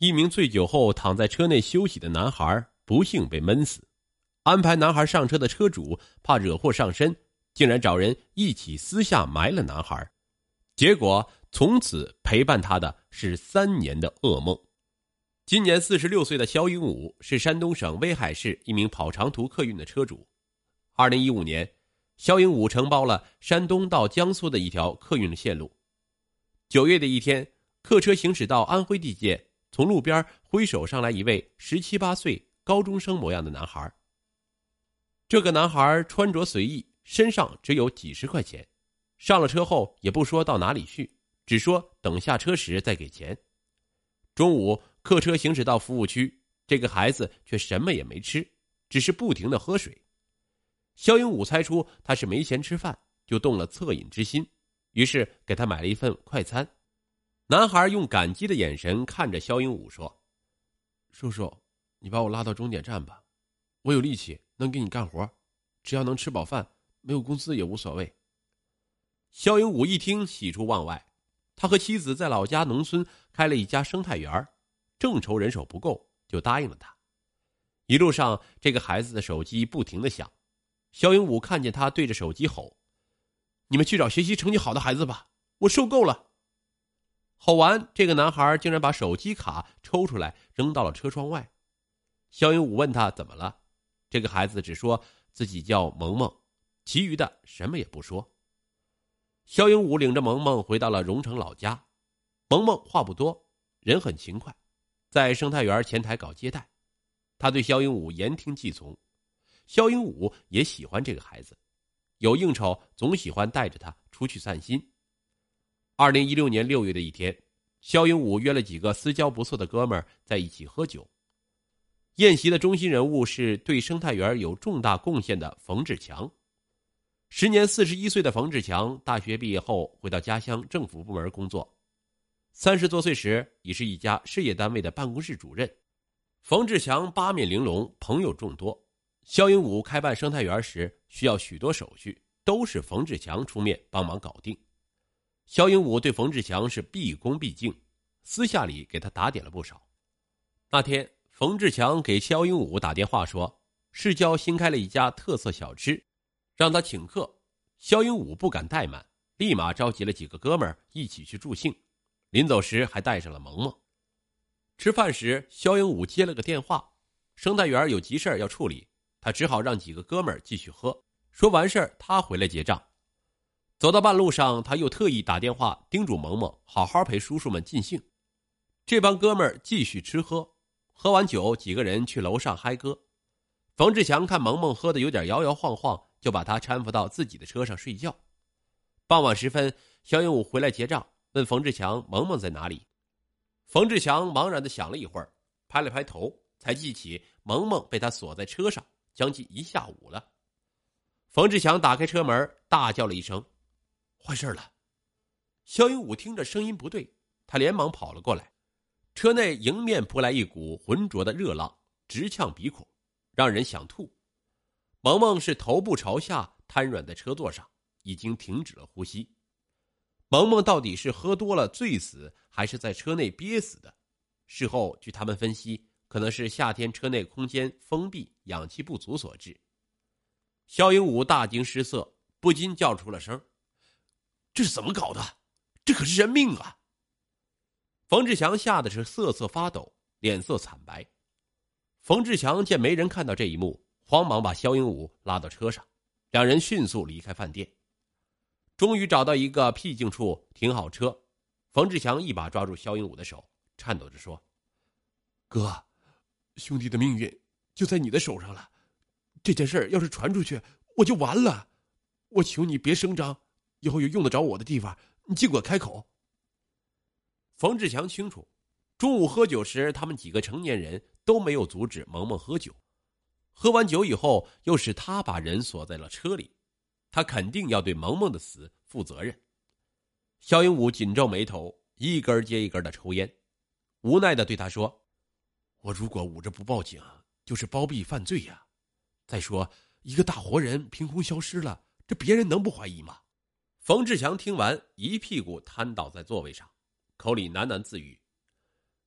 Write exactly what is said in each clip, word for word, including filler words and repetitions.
一名醉酒后躺在车内休息的男孩不幸被闷死。安排男孩上车的车主怕惹祸上身，竟然找人一起私下埋了男孩。结果从此陪伴他的是三年的噩梦。今年四十六岁的肖英武是山东省威海市一名跑长途客运的车主。二零一五年，肖英武承包了山东到江苏的一条客运线路。九月的一天，客车行驶到安徽地界，从路边挥手上来一位十七八岁高中生模样的男孩。这个男孩穿着随意，身上只有几十块钱，上了车后也不说到哪里去，只说等下车时再给钱。中午客车行驶到服务区，这个孩子却什么也没吃，只是不停地喝水。肖英武猜出他是没钱吃饭，就动了恻隐之心，于是给他买了一份快餐。男孩用感激的眼神看着肖英武说：叔叔，你把我拉到终点站吧，我有力气能给你干活，只要能吃饱饭，没有工资也无所谓。肖英武一听喜出望外，他和妻子在老家农村开了一家生态园，正愁人手不够，就答应了他。一路上这个孩子的手机不停地响，肖英武看见他对着手机吼：你们去找学习成绩好的孩子吧，我受够了。吼完，这个男孩竟然把手机卡抽出来扔到了车窗外。肖英武问他怎么了，这个孩子只说自己叫萌萌，其余的什么也不说。肖英武领着萌萌回到了荣城老家。萌萌话不多，人很勤快，在生态园前台搞接待。他对肖英武言听计从，肖英武也喜欢这个孩子，有应酬总喜欢带着他出去散心。二零一六年六月的一天，肖英武约了几个私交不错的哥们儿在一起喝酒。宴席的中心人物是对生态园有重大贡献的冯志强。时年四十一岁的冯志强，大学毕业后回到家乡政府部门工作。三十多岁时，已是一家事业单位的办公室主任。冯志强八面玲珑，朋友众多。肖英武开办生态园时需要许多手续，都是冯志强出面帮忙搞定。肖英武对冯志强是毕恭毕敬，私下里给他打点了不少。那天，冯志强给肖英武打电话说，市郊新开了一家特色小吃，让他请客。肖英武不敢怠慢，立马召集了几个哥们儿一起去助兴，临走时还带上了萌萌。吃饭时，肖英武接了个电话，生态园有急事要处理，他只好让几个哥们儿继续喝，说完事他回来结账。走到半路上，他又特意打电话叮嘱萌萌好好陪叔叔们尽兴。这帮哥们儿继续吃喝，喝完酒，几个人去楼上嗨歌。冯志强看萌萌喝得有点摇摇晃晃，就把他搀扶到自己的车上睡觉。傍晚时分，肖英武回来结账，问冯志强萌萌在哪里。冯志强茫然地想了一会儿，拍了拍头，才记起萌萌被他锁在车上将近一下午了。冯志强打开车门，大叫了一声：坏事了！肖英武听着声音不对，他连忙跑了过来。车内迎面扑来一股浑浊的热浪，直呛鼻孔，让人想吐。萌萌是头部朝下瘫软在车座上，已经停止了呼吸。萌萌到底是喝多了醉死，还是在车内憋死的？事后据他们分析，可能是夏天车内空间封闭，氧气不足所致。肖英武大惊失色，不禁叫出了声：这是怎么搞的？这可是人命啊！冯志强吓得是瑟瑟发抖，脸色惨白。冯志强见没人看到这一幕，慌忙把肖英武拉到车上，两人迅速离开饭店。终于找到一个僻静处停好车，冯志强一把抓住肖英武的手，颤抖着说：哥，兄弟的命运就在你的手上了，这件事要是传出去，我就完了。我求你别声张，以后有用得着我的地方，你尽管开口。冯志强清楚，中午喝酒时，他们几个成年人都没有阻止萌萌喝酒。喝完酒以后，又是他把人锁在了车里，他肯定要对萌萌的死负责任。肖英武紧皱眉头，一根接一根的抽烟，无奈地对他说：我如果捂着不报警，就是包庇犯罪呀。再说，一个大活人凭空消失了，这别人能不怀疑吗？冯志强听完，一屁股瘫倒在座位上，口里喃喃自语：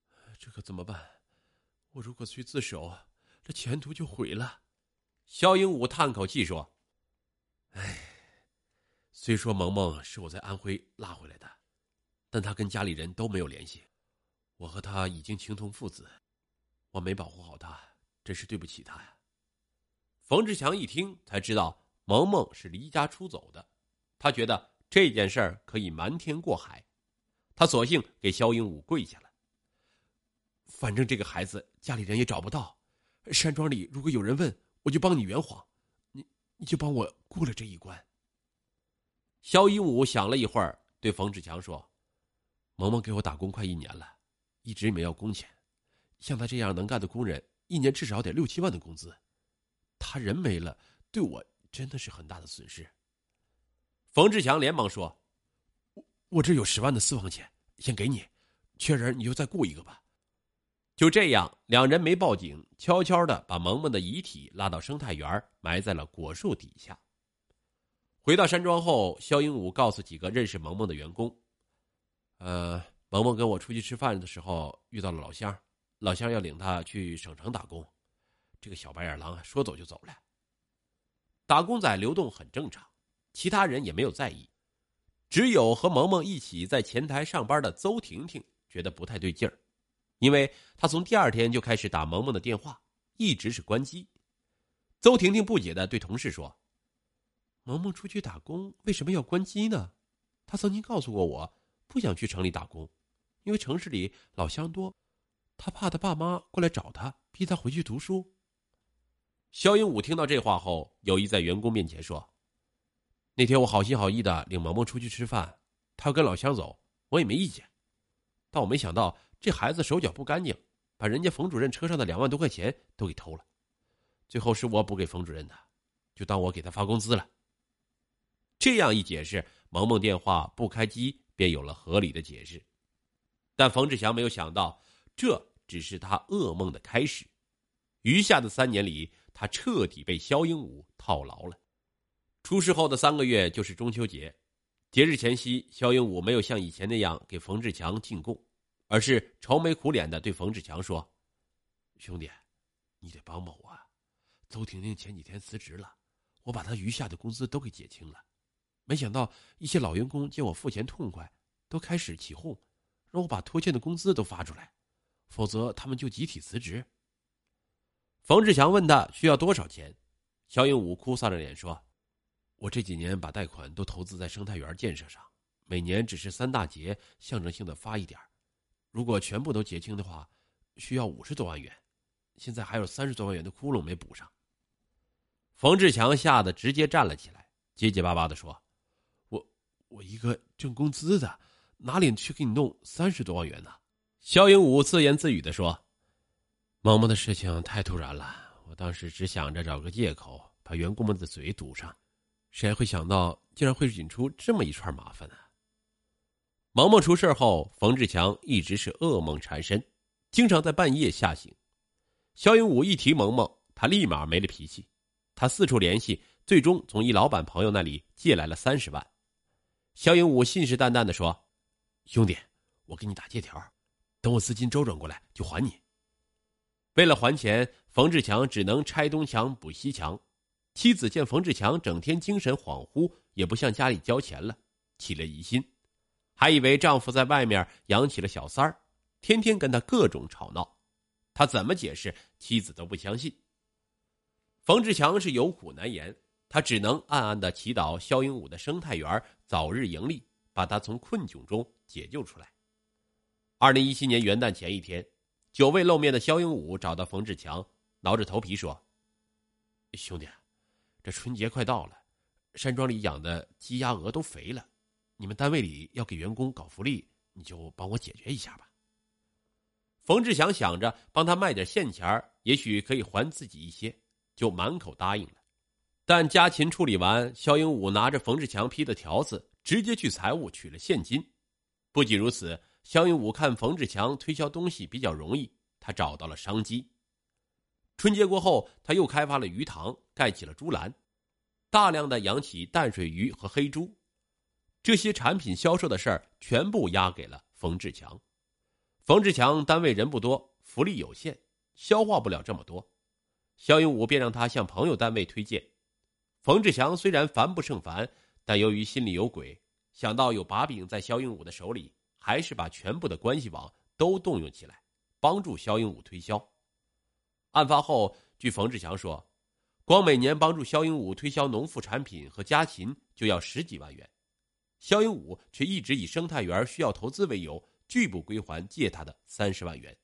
这可怎么办？我如果去自首，这前途就毁了。 肖鹦鹉叹口气说： 唉，虽说萌萌是我在安徽拉回来的，但她跟家里人都没有联系，我和她已经情同父子，我没保护好她，真是对不起她呀。 冯志强一听才知道萌萌是离家出走的，他觉得这件事儿可以瞒天过海，他索性给肖鹦鹉跪下了。 反正这个孩子家里人也找不到，山庄里如果有人问，我就帮你圆谎，你你就帮我过了这一关。 肖鹦鹉想了一会儿，对冯志强说： 萌萌给我打工快一年了，一直没要工钱，像他这样能干的工人，一年至少得六七万的工资，他人没了，对我真的是很大的损失。 冯志强连忙说： 我我这有十万的私房钱，先给你，缺人你就再雇一个吧。 就这样，两人没报警，悄悄地把萌萌的遗体拉到生态园，埋在了果树底下。回到山庄后，肖鹦鹉告诉几个认识萌萌的员工： 呃，萌萌跟我出去吃饭的时候遇到了老乡，老乡要领他去省城打工，这个小白眼狼说走就走了。 打工仔流动很正常，其他人也没有在意，只有和萌萌一起在前台上班的邹婷婷觉得不太对劲儿，因为她从第二天就开始打萌萌的电话，一直是关机。邹婷婷不解地对同事说： 萌萌出去打工为什么要关机呢？她曾经告诉过我，不想去城里打工，因为城市里老乡多，她怕她爸妈过来找她，逼她回去读书。 肖鹦鹉听到这话后，有意在员工面前说： 那天我好心好意的领萌萌出去吃饭，她要跟老乡走，我也没意见，但我没想到这孩子手脚不干净，把人家冯主任车上的两万多块钱都给偷了，最后是我补给冯主任的，就当我给他发工资了。 这样一解释，萌萌电话不开机便有了合理的解释。但冯志强没有想到，这只是他噩梦的开始。余下的三年里，他彻底被肖鹦鹉套牢了。出事后的三个月就是中秋节，节日前夕，肖鹦鹉没有像以前那样给冯志强进贡，而是愁眉苦脸地对冯志强说： 兄弟，你得帮帮我啊！邹婷婷前几天辞职了，我把她余下的工资都给结清了，没想到一些老员工见我付钱痛快，都开始起哄，让我把拖欠的工资都发出来，否则他们就集体辞职。 冯志强问他需要多少钱，肖鹦鹉哭丧着脸说： 我这几年把贷款都投资在生态园建设上，每年只是三大节象征性的发一点，如果全部都结清的话，需要五十多万元，现在还有三十多万元的窟窿没补上。 冯志强吓得直接站了起来，结结巴巴地说： 我我一个挣工资的，哪里去给你弄三十多万元呢？ 肖鹦鹉自言自语地说： 萌萌的事情太突然了，我当时只想着找个借口把员工们的嘴堵上，谁还会想到竟然会引出这么一串麻烦呢？ 萌萌出事后，冯志强一直是噩梦缠身，经常在半夜吓醒。肖鹦鹉一提萌萌，他立马没了脾气，他四处联系，最终从一老板朋友那里借来了三十万。肖鹦鹉信誓旦旦地说： 兄弟，我给你打借条，等我资金周转过来就还你。 为了还钱，冯志强只能拆东墙补西墙。妻子见冯志强整天精神恍惚，也不向家里交钱了，起了疑心，还以为丈夫在外面养起了小三儿，天天跟他各种吵闹。他怎么解释，妻子都不相信。冯志强是有苦难言，他只能暗暗地祈祷肖鹦鹉的生态园早日盈利，把他从困窘中解救出来。二零一七年元旦前一天，久未露面的肖鹦鹉找到冯志强，挠着头皮说： 兄弟，这春节快到了，山庄里养的鸡鸭鹅都肥了，你们单位里要给员工搞福利，你就帮我解决一下吧。 冯志强想着帮他卖点现钱，也许可以还自己一些，就满口答应了。但家禽处理完，肖鹦鹉拿着冯志强批的条子，直接去财务取了现金。不仅如此，肖鹦鹉看冯志强推销东西比较容易，他找到了商机。春节过后，他又开发了鱼塘，盖起了猪栏，大量的养起淡水鱼和黑猪。这些产品销售的事儿全部押给了冯志强。 冯志强单位人不多，福利有限，消化不了这么多，肖英武便让他向朋友单位推荐。冯志强虽然烦不胜烦，但由于心里有鬼，想到有把柄在肖英武的手里，还是把全部的关系网都动用起来，帮助肖英武推销。案发后，据冯志强说，光每年帮助肖英武推销农副产品和家禽就要十几万元，肖英武却一直以生态园需要投资为由，拒不归还借他的三十万元。